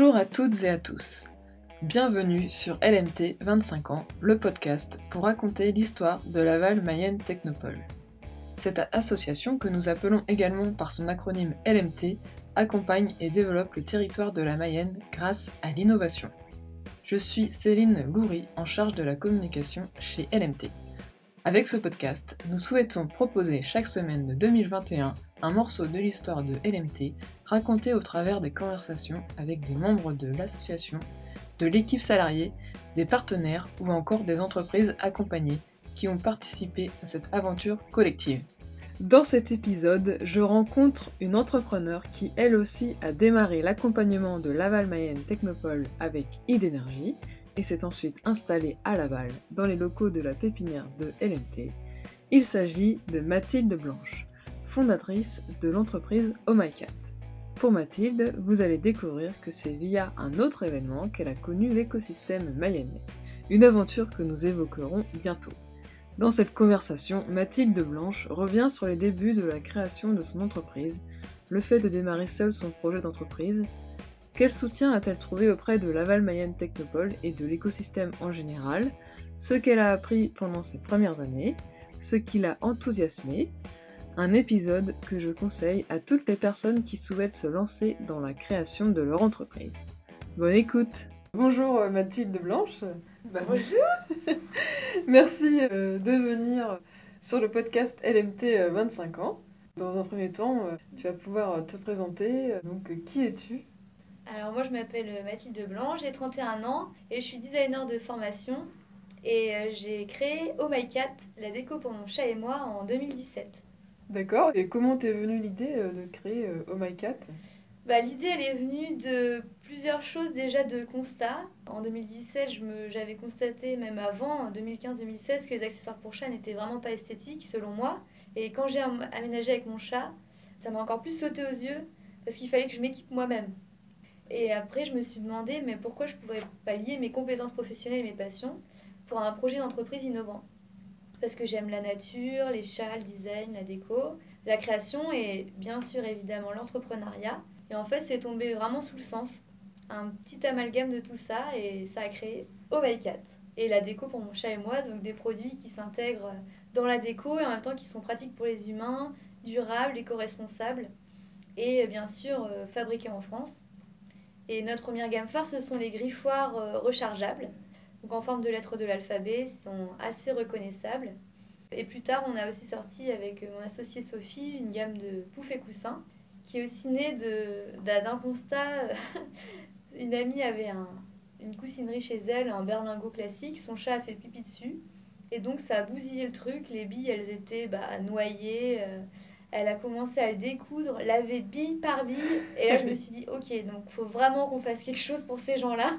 Bonjour à toutes et à tous. Bienvenue sur LMT 25 ans, le podcast pour raconter l'histoire de Laval Mayenne Technopole. Cette association, que nous appelons également par son acronyme LMT, accompagne et développe le territoire de la Mayenne grâce à l'innovation. Je suis Céline Loury, en charge de la communication chez LMT. Avec ce podcast, nous souhaitons proposer chaque semaine de 2021 un morceau de l'histoire de LMT raconté au travers des conversations avec des membres de l'association, de l'équipe salariée, des partenaires ou encore des entreprises accompagnées qui ont participé à cette aventure collective. Dans cet épisode, je rencontre une entrepreneure qui elle aussi a démarré l'accompagnement de Laval Mayenne Technopole avec Idénergie et s'est ensuite installée à Laval dans les locaux de la pépinière de LMT. Il s'agit de Mathilde Blanche, fondatrice de l'entreprise Oh My Cat. Pour Mathilde, vous allez découvrir que c'est via un autre événement qu'elle a connu l'écosystème mayennais, une aventure que nous évoquerons bientôt. Dans cette conversation, Mathilde Blanche revient sur les débuts de la création de son entreprise, le fait de démarrer seule son projet d'entreprise. Quel soutien a-t-elle trouvé auprès de Laval Mayenne Technopole et de l'écosystème en général, ce qu'elle a appris pendant ses premières années, ce qui l'a enthousiasmée, un épisode que je conseille à toutes les personnes qui souhaitent se lancer dans la création de leur entreprise. Bonne écoute! Bonjour Mathilde Blanche. Bonjour. Merci de venir sur le podcast LMT 25 ans. Dans un premier temps, tu vas pouvoir te présenter. Donc, qui es-tu ? Alors moi je m'appelle Mathilde Blanche, j'ai 31 ans et je suis designer de formation et j'ai créé Oh My Cat, la déco pour mon chat et moi en 2017. D'accord. Et comment t'es venue l'idée de créer Oh My Cat ? L'idée elle est venue de plusieurs choses, déjà de constats. En 2017 j'avais constaté, même avant, en 2015-2016, que les accessoires pour chat n'étaient vraiment pas esthétiques selon moi. Et quand j'ai aménagé avec mon chat, ça m'a encore plus sauté aux yeux parce qu'il fallait que je m'équipe moi-même. Et après, je me suis demandé mais pourquoi je ne pourrais pas lier mes compétences professionnelles et mes passions pour un projet d'entreprise innovant. Parce que j'aime la nature, les chats, le design, la déco, la création et bien sûr évidemment l'entrepreneuriat. Et en fait, c'est tombé vraiment sous le sens. Un petit amalgame de tout ça et ça a créé Oh My Cat. Et la déco pour mon chat et moi, donc des produits qui s'intègrent dans la déco et en même temps qui sont pratiques pour les humains, durables, éco-responsables et bien sûr fabriqués en France. Et notre première gamme phare, ce sont les griffoirs rechargeables, donc en forme de lettres de l'alphabet, sont assez reconnaissables. Et plus tard, on a aussi sorti avec mon associée Sophie une gamme de poufs et coussins, qui est aussi née d'un constat. Une amie avait une coussinerie chez elle, un berlingot classique, son chat a fait pipi dessus, et donc ça a bousillé le truc, les billes elles étaient noyées. Elle a commencé à le découdre, laver bille par bille. Et là, je me suis dit, ok, donc il faut vraiment qu'on fasse quelque chose pour ces gens-là.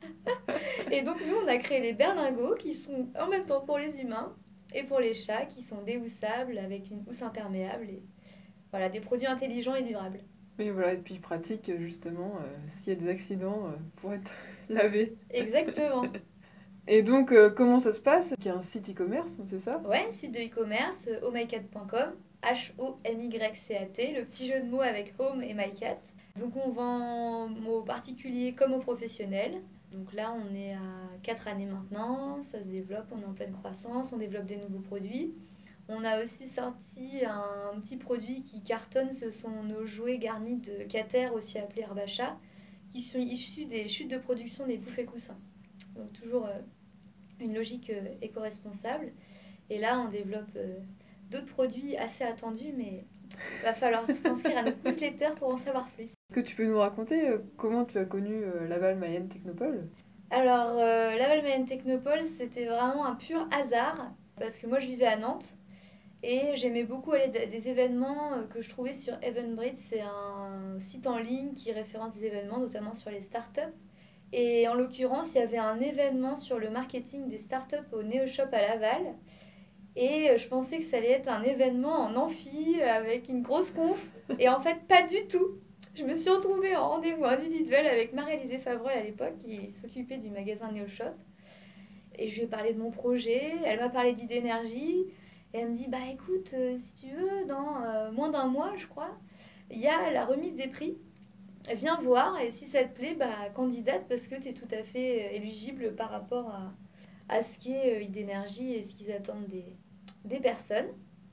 Et donc, nous, on a créé les berlingots qui sont en même temps pour les humains et pour les chats, qui sont déhoussables avec une housse imperméable. Et voilà, des produits intelligents et durables. Et voilà, et puis pratique justement, s'il y a des accidents, pour être lavé. Exactement. Et donc, comment ça se passe ? Il y a un site e-commerce, c'est ça ? Ouais, site de e-commerce, ohmycat.com, H-O-M-Y-C-A-T, le petit jeu de mots avec home et mycat. Donc on vend aux particuliers comme aux professionnels. Donc là, on est à 4 années maintenant, ça se développe, on est en pleine croissance, on développe des nouveaux produits. On a aussi sorti un petit produit qui cartonne, ce sont nos jouets garnis de Cater, aussi appelés Herbacha, qui sont issus des chutes de production des poufs et coussins. Donc toujours une logique éco-responsable. Et là, on développe d'autres produits assez attendus, mais il va falloir s'inscrire à notre newsletter pour en savoir plus. Est-ce que tu peux nous raconter comment tu as connu Laval Mayenne Technopole ? Alors, Laval Mayenne Technopole, c'était vraiment un pur hasard, parce que moi, je vivais à Nantes, et j'aimais beaucoup aller à des événements que je trouvais sur Eventbrite. C'est un site en ligne qui référence des événements, notamment sur les startups. Et en l'occurrence, il y avait un événement sur le marketing des startups au Neoshop à Laval. Et je pensais que ça allait être un événement en amphi avec une grosse conf. Et en fait, pas du tout. Je me suis retrouvée en rendez-vous individuel avec Marie-Élisée Favrol à l'époque, qui s'occupait du magasin Neoshop. Et je lui ai parlé de mon projet. Elle m'a parlé d'Idénergie. Et elle me dit, écoute, si tu veux, dans moins d'un mois, je crois, il y a la remise des prix viens voir et si ça te plaît, candidate parce que tu es tout à fait éligible par rapport à ce qu'est Idénergie et ce qu'ils attendent des personnes.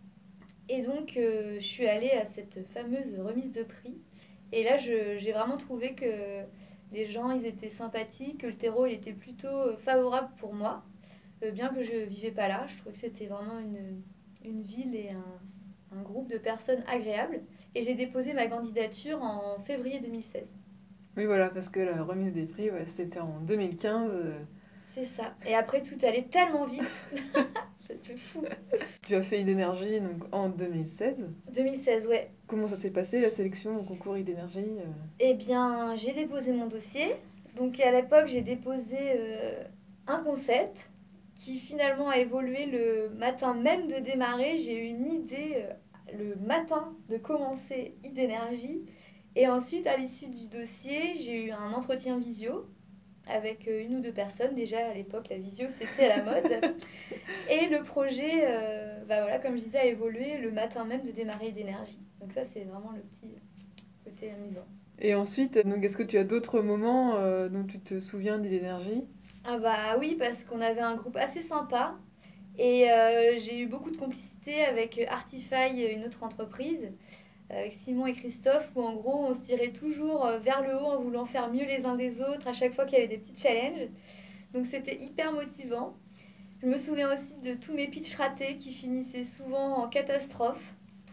Et donc, je suis allée à cette fameuse remise de prix. Et là, j'ai vraiment trouvé que les gens, ils étaient sympathiques, que le terreau, il était plutôt favorable pour moi. Bien que je vivais pas là, je trouvais que c'était vraiment une ville et un groupe de personnes agréables. Et j'ai déposé ma candidature en février 2016. Oui, voilà, parce que la remise des prix, ouais, c'était en 2015. C'est ça. Et après, tout allait tellement vite. C'était fou. Tu as fait Idénergie donc en 2016. 2016, ouais. Comment ça s'est passé la sélection au concours Idénergie Eh bien, j'ai déposé mon dossier. Donc, à l'époque, j'ai déposé un concept qui finalement a évolué le matin même de démarrer. J'ai eu une idée le matin de commencer Idénergie. Et ensuite, à l'issue du dossier, j'ai eu un entretien visio avec une ou deux personnes. Déjà, à l'époque, la visio, c'était à la mode. Et le projet, voilà, comme je disais, a évolué le matin même de démarrer Idénergie. Donc ça, c'est vraiment le petit côté amusant. Et ensuite, donc, est-ce que tu as d'autres moments dont tu te souviens d'Idénergie? Ah bah oui, parce qu'on avait un groupe assez sympa. Et j'ai eu beaucoup de complicité avec Artify, une autre entreprise, avec Simon et Christophe, où en gros on se tirait toujours vers le haut en voulant faire mieux les uns des autres à chaque fois qu'il y avait des petits challenges. Donc c'était hyper motivant. Je me souviens aussi de tous mes pitchs ratés qui finissaient souvent en catastrophe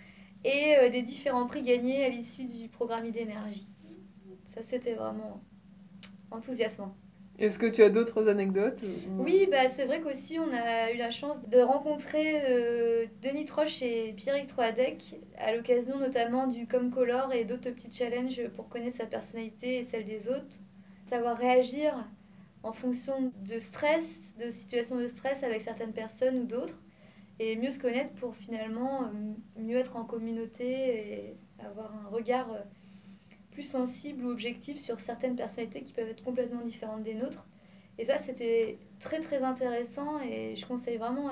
et des différents prix gagnés à l'issue du programme d'énergie. Ça c'était vraiment enthousiasmant. Est-ce que tu as d'autres anecdotes Oui, c'est vrai qu'aussi on a eu la chance de rencontrer Denis Troche et Pierrick Troadec à l'occasion notamment du Comcolor et d'autres petits challenges pour connaître sa personnalité et celle des autres. Savoir réagir en fonction de stress, de situations de stress avec certaines personnes ou d'autres et mieux se connaître pour finalement mieux être en communauté et avoir un regard plus sensible ou objectif sur certaines personnalités qui peuvent être complètement différentes des nôtres. Et ça, c'était très très intéressant et je conseille vraiment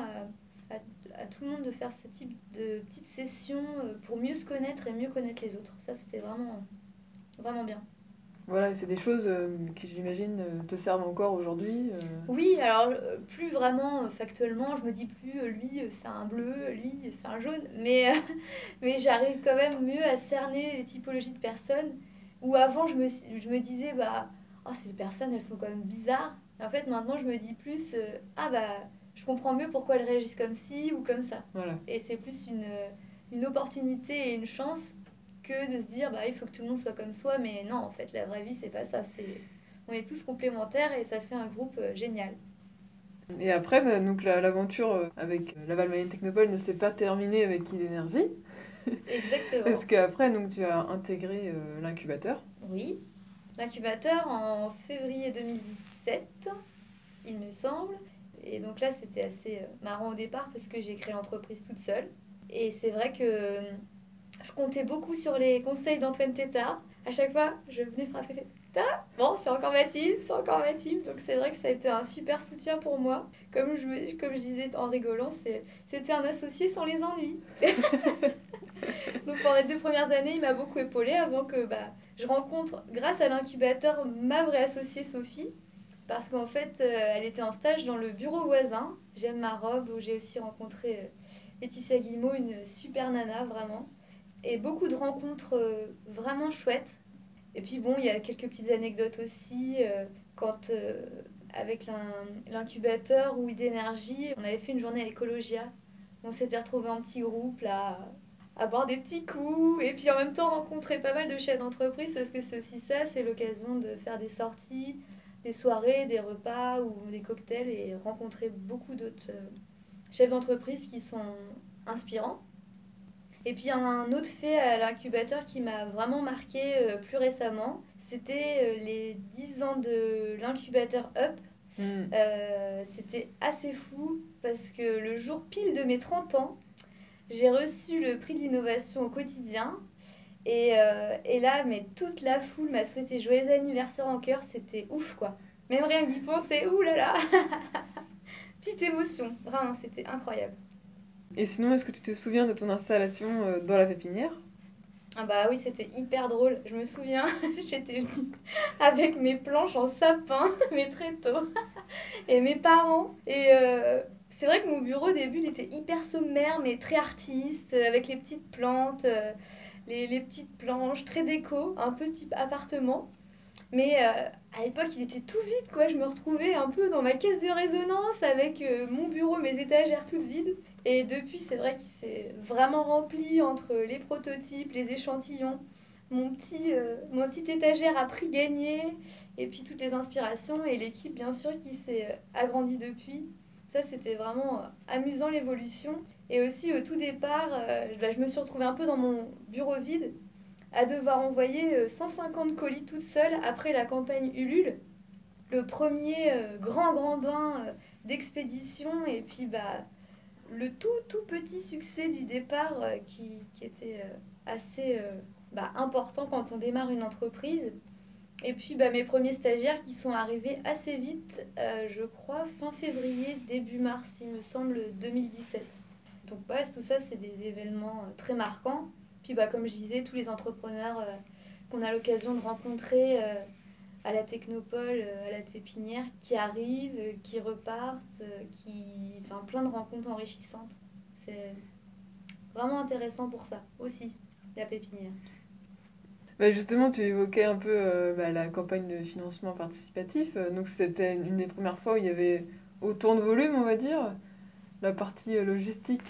à tout le monde de faire ce type de petites sessions pour mieux se connaître et mieux connaître les autres. Ça, c'était vraiment, vraiment bien. Voilà, c'est des choses qui, j'imagine, te servent encore aujourd'hui. Oui, alors plus vraiment factuellement, je me dis plus lui c'est un bleu, lui c'est un jaune, mais j'arrive quand même mieux à cerner les typologies de personnes où avant je me disais oh, ces personnes elles sont quand même bizarres. Et en fait maintenant je me dis plus je comprends mieux pourquoi elles réagissent comme ci ou comme ça. Voilà. Et c'est plus une opportunité et une chance que de se dire il faut que tout le monde soit comme soi, mais non en fait la vraie vie c'est pas ça, on est tous complémentaires et ça fait un groupe génial. Et après, donc l'aventure avec Laval Mayenne Technopole ne s'est pas terminée avec Idénergie. Parce Exactement. qu'après, donc, tu as intégré l'incubateur. Oui. L'incubateur en février 2017, il me semble. Et donc là, c'était assez marrant au départ parce que j'ai créé l'entreprise toute seule. Et c'est vrai que je comptais beaucoup sur les conseils d'Antoine Tétard. À chaque fois, je venais frapper. Bon, c'est encore Mathilde, c'est encore Mathilde. Donc c'est vrai que ça a été un super soutien pour moi. Comme je disais en rigolant, c'était un associé sans les ennuis. Donc pendant les 2 premières années, il m'a beaucoup épaulée avant que je rencontre, grâce à l'incubateur, ma vraie associée Sophie. Parce qu'en fait, elle était en stage dans le bureau voisin. J'aime ma robe, où j'ai aussi rencontré Laetitia Guillemot, une super nana, vraiment. Et beaucoup de rencontres vraiment chouettes. Et puis bon, il y a quelques petites anecdotes aussi. Quand, avec l'incubateur ou Idénergie, on avait fait une journée à Ecologia. On s'était retrouvés en petit groupe, là, à boire des petits coups. Et puis en même temps, rencontrer pas mal de chefs d'entreprise, parce que c'est aussi ça, c'est l'occasion de faire des sorties, des soirées, des repas ou des cocktails et rencontrer beaucoup d'autres chefs d'entreprise qui sont inspirants. Et puis un autre fait à l'incubateur qui m'a vraiment marqué plus récemment, c'était les 10 ans de l'incubateur Up. C'était assez fou parce que le jour pile de mes 30 ans, j'ai reçu le prix de l'innovation au quotidien. Et là, mais toute la foule m'a souhaité joyeux anniversaire en chœur, c'était ouf quoi. Même rien que d'y penser, oulala. Petite émotion, vraiment, c'était incroyable. Et sinon, est-ce que tu te souviens de ton installation dans la pépinière? Ah bah oui, c'était hyper drôle. Je me souviens, j'étais venue avec mes planches en sapin, mes tréteaux, et mes parents. Et c'est vrai que mon bureau au début, il était hyper sommaire, mais très artiste, avec les petites plantes, les petites planches, très déco, un peu type appartement. Mais à l'époque, il était tout vide, quoi. Je me retrouvais un peu dans ma caisse de résonance avec mon bureau, mes étagères toutes vides. Et depuis, c'est vrai qu'il s'est vraiment rempli entre les prototypes, les échantillons. Mon petit étagère a pris gagné, et puis toutes les inspirations, et l'équipe, bien sûr, qui s'est agrandie depuis. Ça, c'était vraiment amusant l'évolution. Et aussi, au tout départ, je me suis retrouvée un peu dans mon bureau vide, à devoir envoyer 150 colis toute seule après la campagne Ulule, le premier grand bain d'expédition, et puis bah, le tout petit succès du départ qui était assez important quand on démarre une entreprise. Et puis bah, mes premiers stagiaires qui sont arrivés assez vite, je crois fin février, début mars, il me semble, 2017. Donc ouais, tout ça, c'est des événements très marquants. Puis bah, comme je disais, tous les entrepreneurs qu'on a l'occasion de rencontrer à la Technopole, à la Pépinière, qui arrivent, qui repartent, enfin plein de rencontres enrichissantes. C'est vraiment intéressant pour ça aussi, la Pépinière. Bah justement, tu évoquais un peu la campagne de financement participatif. Donc c'était une des premières fois où il y avait autant de volume, on va dire. La partie logistique,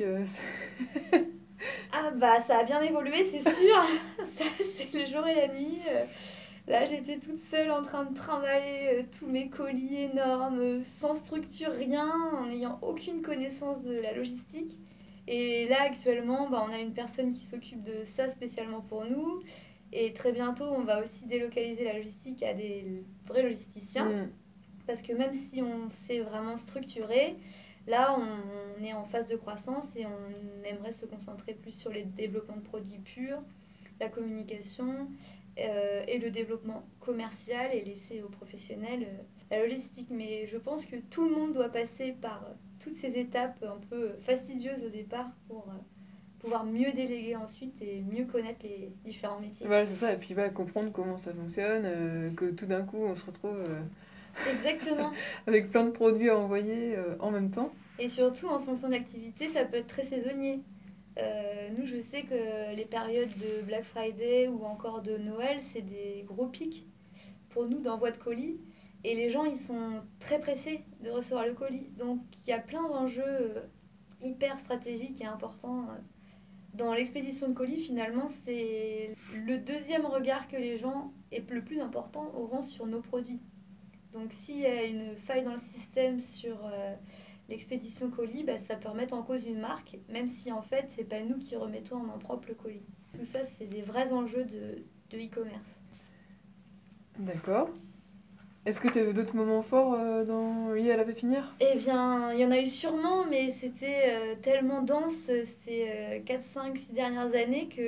Ah bah ça a bien évolué, c'est sûr. Ça, c'est le jour et la nuit. Là, j'étais toute seule en train de trimballer tous mes colis énormes, sans structure, rien, en n'ayant aucune connaissance de la logistique. Et là, actuellement, bah, on a une personne qui s'occupe de ça spécialement pour nous. Et très bientôt, on va aussi délocaliser la logistique à des vrais logisticiens. hmm. Parce que même si on s'est vraiment structuré, là, on est en phase de croissance et on aimerait se concentrer plus sur les développements de produits purs, la communication et le développement commercial, et laisser aux professionnels la logistique. Mais je pense que tout le monde doit passer par toutes ces étapes un peu fastidieuses au départ pour pouvoir mieux déléguer ensuite et mieux connaître les différents métiers. Voilà, c'est ça. Et puis comprendre comment ça fonctionne, que tout d'un coup on se retrouve Exactement. avec plein de produits à envoyer en même temps. Et surtout, en fonction de l'activité, ça peut être très saisonnier. Nous, je sais que les périodes de Black Friday ou encore de Noël, c'est des gros pics pour nous d'envoi de colis. Et les gens, ils sont très pressés de recevoir le colis. Donc, il y a plein d'enjeux hyper stratégiques et importants. Dans l'expédition de colis, finalement, c'est le deuxième regard que les gens, et le plus important, auront sur nos produits. Donc s'il y a une faille dans le système sur l'expédition colis, bah, ça peut remettre en cause une marque, même si en fait c'est pas nous qui remettons en main propre le colis. Tout ça, c'est des vrais enjeux de e-commerce. D'accord. Est-ce que tu as eu d'autres moments forts liés à la pépinière? Eh bien, il y en a eu sûrement, mais c'était tellement dense ces 4, 5, 6 dernières années que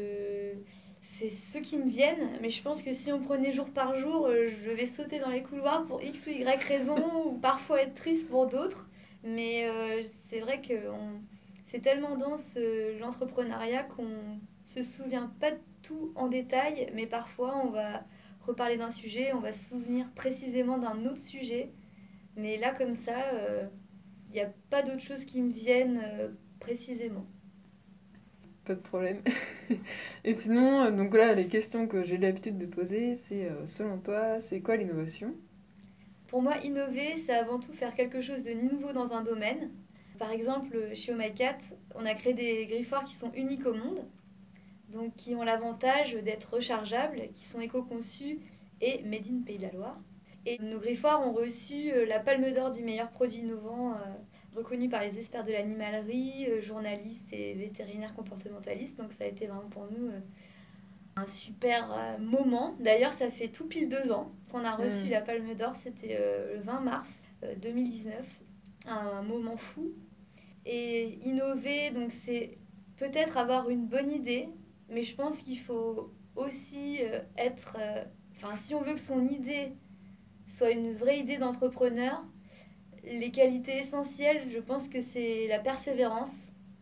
c'est ceux qui me viennent. Mais je pense que si on prenait jour par jour, je vais sauter dans les couloirs pour X ou Y raison, ou parfois être triste pour d'autres. Mais c'est vrai que c'est tellement dense l'entrepreneuriat qu'on se souvient pas de tout en détail, mais parfois on va reparler d'un sujet, on va se souvenir précisément d'un autre sujet. Mais là, comme ça, il n'y a pas d'autres choses qui me viennent précisément. Pas de problème. Et sinon, donc là, les questions que j'ai l'habitude de poser, c'est selon toi, c'est quoi l'innovation? Pour moi, innover, c'est avant tout faire quelque chose de nouveau dans un domaine. Par exemple, chez Omacat, on a créé des griffoirs qui sont uniques au monde, donc qui ont l'avantage d'être rechargeables, qui sont éco-conçus et made in Pays de la Loire. Et nos griffoirs ont reçu la Palme d'Or du meilleur produit innovant, reconnu par les experts de l'animalerie, journalistes et vétérinaires comportementalistes. Donc ça a été vraiment pour nous un super moment. D'ailleurs, ça fait tout pile 2 ans qu'on a reçu Hmm. la Palme d'Or. C'était le 20 mars 2019. Un moment fou. Et innover, donc c'est peut-être avoir une bonne idée, mais je pense qu'il faut aussi être... Enfin, si on veut que son idée soit une vraie idée d'entrepreneur, les qualités essentielles, je pense que c'est la persévérance,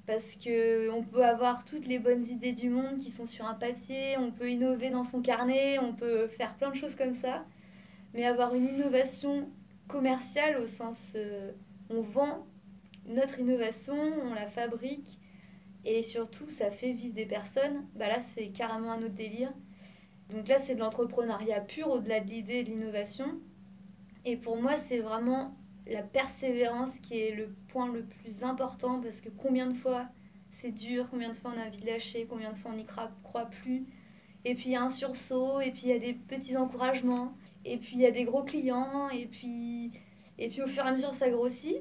Parce qu'on peut avoir toutes les bonnes idées du monde qui sont sur un papier, on peut innover dans son carnet, on peut faire plein de choses comme ça. Mais avoir une innovation commerciale au sens on vend notre innovation, on la fabrique et surtout ça fait vivre des personnes, bah là c'est carrément un autre délire. Donc là c'est de l'entrepreneuriat pur au-delà de l'idée et de l'innovation. Et pour moi c'est vraiment la persévérance qui est le point le plus important parce que combien de fois c'est dur, combien de fois on a envie de lâcher, combien de fois on n'y croit plus. Et puis il y a un sursaut, et puis il y a des petits encouragements, et puis il y a des gros clients, et puis au fur et à mesure ça grossit.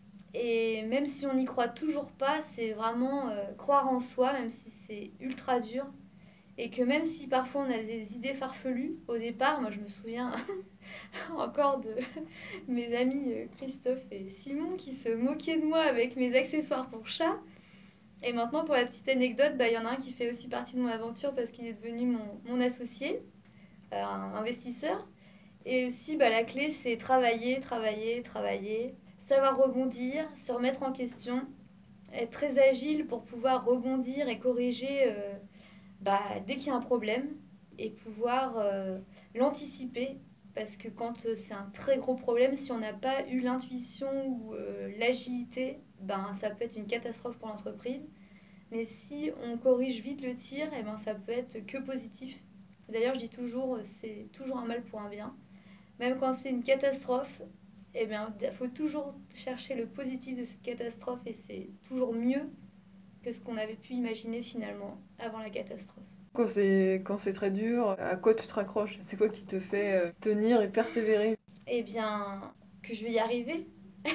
Et même si on n'y croit toujours pas, c'est vraiment croire en soi, même si c'est ultra dur. Et que même si parfois on a des idées farfelues, au départ, moi je me souviens encore de mes amis Christophe et Simon qui se moquaient de moi avec mes accessoires pour chat. Et maintenant, pour la petite anecdote, bah, y en a un qui fait aussi partie de mon aventure parce qu'il est devenu mon associé, un investisseur. Et aussi, bah, la clé, c'est travailler, travailler, travailler, savoir rebondir, se remettre en question, être très agile pour pouvoir rebondir et corriger bah, dès qu'il y a un problème et pouvoir l'anticiper. Parce que quand c'est un très gros problème, si on n'a pas eu l'intuition ou l'agilité, ben, ça peut être une catastrophe pour l'entreprise. Mais si on corrige vite le tir, eh ben, ça peut être que positif. D'ailleurs, je dis toujours, c'est toujours un mal pour un bien. Même quand c'est une catastrophe, eh bien, il faut toujours chercher le positif de cette catastrophe et c'est toujours mieux que ce qu'on avait pu imaginer finalement avant la catastrophe. Quand c'est très dur, à quoi tu te raccroches? C'est quoi qui te fait tenir et persévérer? Eh bien, que je vais y arriver,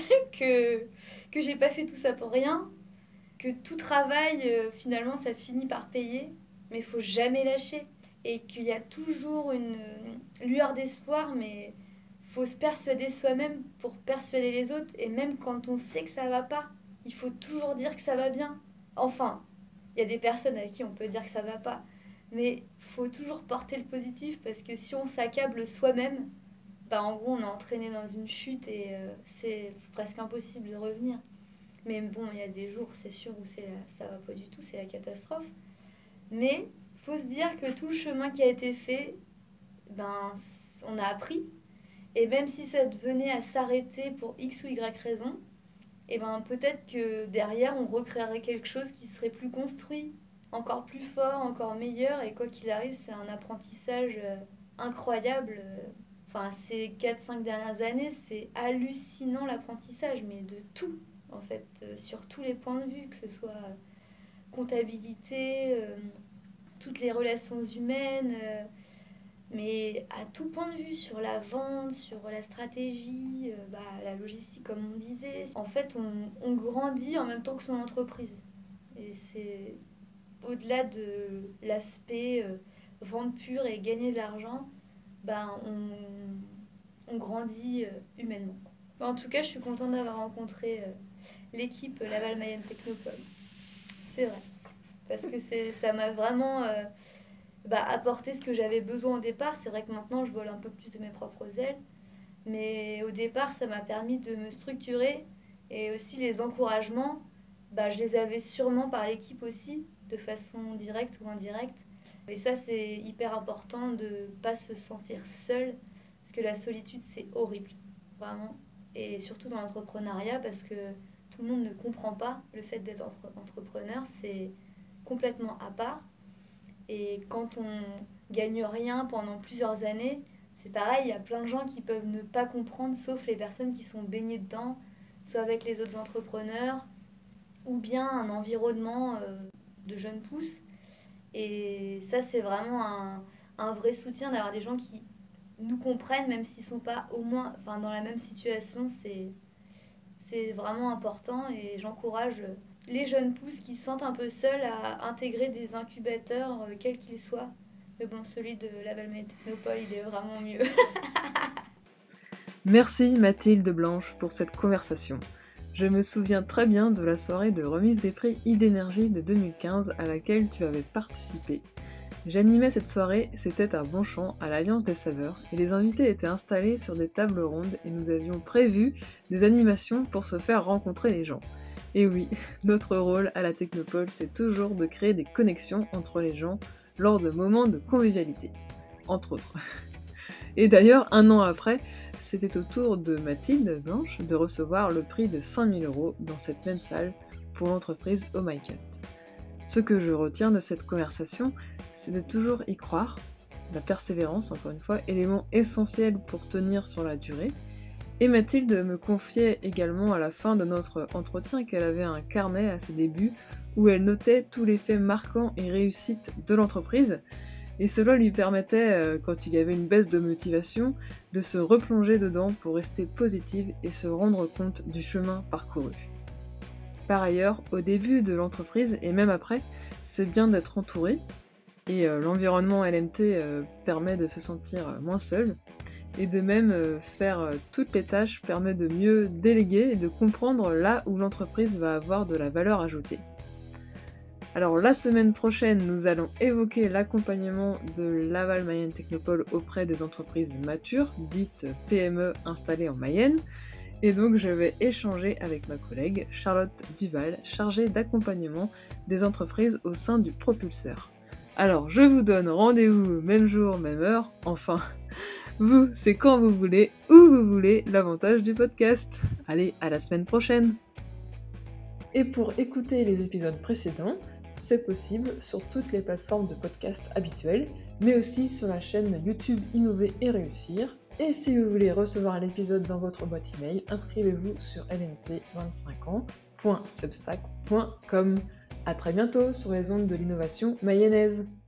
que, que j'ai pas fait tout ça pour rien, que tout travail, finalement, ça finit par payer, mais il faut jamais lâcher. Et qu'il y a toujours une lueur d'espoir, mais faut se persuader soi-même pour persuader les autres. Et même quand on sait que ça va pas, il faut toujours dire que ça va bien. Enfin, il y a des personnes à qui on peut dire que ça va pas, mais faut toujours porter le positif parce que si on s'accable soi-même, bah en gros on est entraîné dans une chute et c'est presque impossible de revenir. Mais bon, il y a des jours, c'est sûr, où ça va pas du tout, c'est la catastrophe. Mais faut se dire que tout le chemin qui a été fait, ben, on a appris. Et même si ça venait à s'arrêter pour X ou Y raison, et ben peut-être que derrière, on recréerait quelque chose qui serait plus construit, encore plus fort, encore meilleur. Et quoi qu'il arrive, c'est un apprentissage incroyable. Enfin, ces 4-5 dernières années, c'est hallucinant l'apprentissage, mais de tout, en fait, sur tous les points de vue, que ce soit comptabilité, toutes les relations humaines, mais à tout point de vue, sur la vente, sur la stratégie, bah, la logistique, comme on disait. En fait, on grandit en même temps que son entreprise. Et c'est au-delà de l'aspect vente pure et gagner de l'argent, bah, on grandit humainement. Bah, en tout cas, je suis contente d'avoir rencontré l'équipe Laval Mayenne Technopole. C'est vrai. Parce que ça m'a vraiment apporté ce que j'avais besoin au départ. C'est vrai que maintenant, je vole un peu plus de mes propres ailes. Mais au départ, ça m'a permis de me structurer. Et aussi les encouragements, bah, je les avais sûrement par l'équipe aussi, de façon directe ou indirecte. Et ça, c'est hyper important de ne pas se sentir seul. Parce que la solitude, c'est horrible. Vraiment. Et surtout dans l'entrepreneuriat, parce que tout le monde ne comprend pas le fait d'être entrepreneur. C'est complètement à part. Et quand on gagne rien pendant plusieurs années, c'est pareil, il y a plein de gens qui peuvent ne pas comprendre, sauf les personnes qui sont baignées dedans, soit avec les autres entrepreneurs, ou bien un environnement de jeunes pousses. Et ça, c'est vraiment un vrai soutien d'avoir des gens qui nous comprennent, même s'ils ne sont pas au moins dans la même situation. C'est vraiment important et j'encourage les jeunes pousses qui se sentent un peu seuls à intégrer des incubateurs, quels qu'ils soient. Mais bon, celui de Laval Mayenne Technopole, il est vraiment mieux. Merci Mathilde Blanche pour cette conversation. Je me souviens très bien de la soirée de remise des prix Idénergie de 2015 à laquelle tu avais participé. J'animais cette soirée, c'était à Bonchamp, à l'Alliance des Saveurs, et les invités étaient installés sur des tables rondes et nous avions prévu des animations pour se faire rencontrer les gens. Et oui, notre rôle à la Technopole, c'est toujours de créer des connexions entre les gens lors de moments de convivialité, entre autres. Et d'ailleurs, 1 an après, c'était au tour de Mathilde Blanche de recevoir le prix de 5 000 € dans cette même salle pour l'entreprise Oh My Cat. Ce que je retiens de cette conversation, c'est de toujours y croire, la persévérance, encore une fois, élément essentiel pour tenir sur la durée. Et Mathilde me confiait également à la fin de notre entretien qu'elle avait un carnet à ses débuts où elle notait tous les faits marquants et réussites de l'entreprise, et cela lui permettait, quand il y avait une baisse de motivation, de se replonger dedans pour rester positive et se rendre compte du chemin parcouru. Par ailleurs, au début de l'entreprise et même après, c'est bien d'être entouré, et l'environnement LMT permet de se sentir moins seul, et de même faire toutes les tâches permet de mieux déléguer et de comprendre là où l'entreprise va avoir de la valeur ajoutée. Alors la semaine prochaine, nous allons évoquer l'accompagnement de Laval Mayenne Technopole auprès des entreprises matures, dites PME installées en Mayenne, et donc je vais échanger avec ma collègue Charlotte Duval, chargée d'accompagnement des entreprises au sein du propulseur. Alors je vous donne rendez-vous même jour, même heure, enfin, vous, c'est quand vous voulez, où vous voulez, l'avantage du podcast. Allez, à la semaine prochaine. Et pour écouter les épisodes précédents, c'est possible sur toutes les plateformes de podcast habituelles, mais aussi sur la chaîne YouTube Innover et Réussir. Et si vous voulez recevoir l'épisode dans votre boîte email, inscrivez-vous sur lmt25ans.substack.com. A très bientôt sur les ondes de l'innovation mayonnaise.